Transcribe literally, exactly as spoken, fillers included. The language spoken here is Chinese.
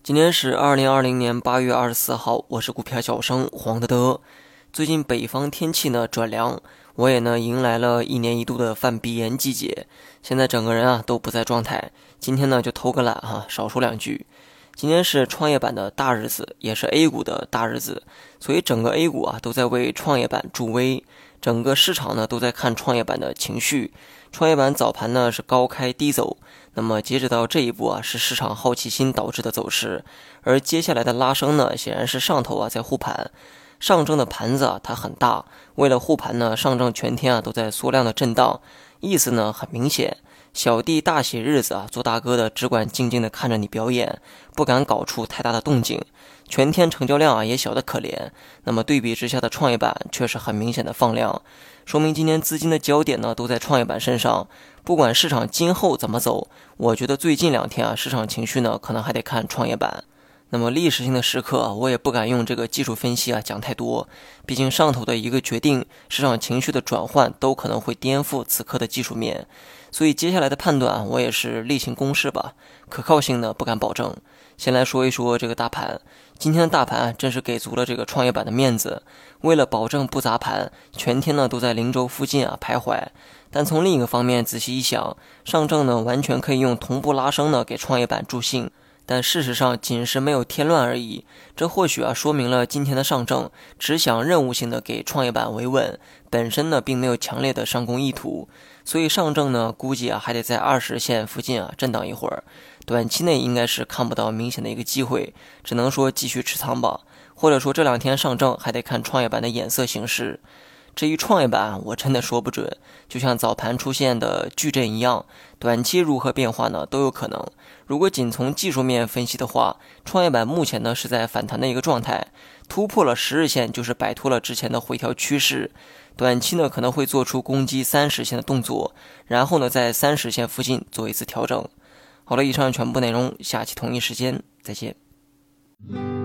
今天是二零二零年八月二十四号，我是股票小生黄德德。最近北方天气呢转凉，我也呢迎来了一年一度的犯鼻炎季节，现在整个人啊都不在状态。今天呢就偷个懒哈、啊，少说两句。今天是创业板的大日子，也是 A 股的大日子，所以整个 A 股啊都在为创业板助威，整个市场呢都在看创业板的情绪。创业板早盘呢是高开低走，那么截止到这一步啊是市场好奇心导致的走势，而接下来的拉升呢显然是上头啊在护盘。上证的盘子啊它很大，为了护盘呢，上证全天啊都在缩量的震荡，意思呢很明显，小弟大喜日子啊，做大哥的只管静静的看着你表演，不敢搞出太大的动静。全天成交量啊也小得可怜，那么对比之下的创业板却是很明显的放量，说明今年资金的焦点呢都在创业板身上。不管市场今后怎么走，我觉得最近两天啊市场情绪呢可能还得看创业板。那么历史性的时刻啊，我也不敢用这个技术分析啊讲太多，毕竟上头的一个决定，市场情绪的转换都可能会颠覆此刻的技术面，所以接下来的判断啊，我也是例行公事吧，可靠性呢不敢保证。先来说一说这个大盘，今天的大盘啊真是给足了这个创业板的面子，为了保证不砸盘，全天呢都在零轴附近啊徘徊。但从另一个方面仔细一想，上证呢完全可以用同步拉升呢给创业板助兴。但事实上仅是没有添乱而已，这或许啊说明了今天的上证只想任务性的给创业板维稳，本身呢并没有强烈的上攻意图，所以上证呢估计啊还得在二十线附近啊震荡一会儿，短期内应该是看不到明显的一个机会，只能说继续持仓吧，或者说这两天上证还得看创业板的眼色行事。至于创业板我真的说不准，就像早盘出现的矩阵一样，短期如何变化呢都有可能。如果仅从技术面分析的话，创业板目前呢是在反弹的一个状态，突破了十日线就是摆脱了之前的回调趋势，短期呢可能会做出攻击三十线的动作，然后呢在三十线附近做一次调整。好了，以上全部内容，下期同一时间再见。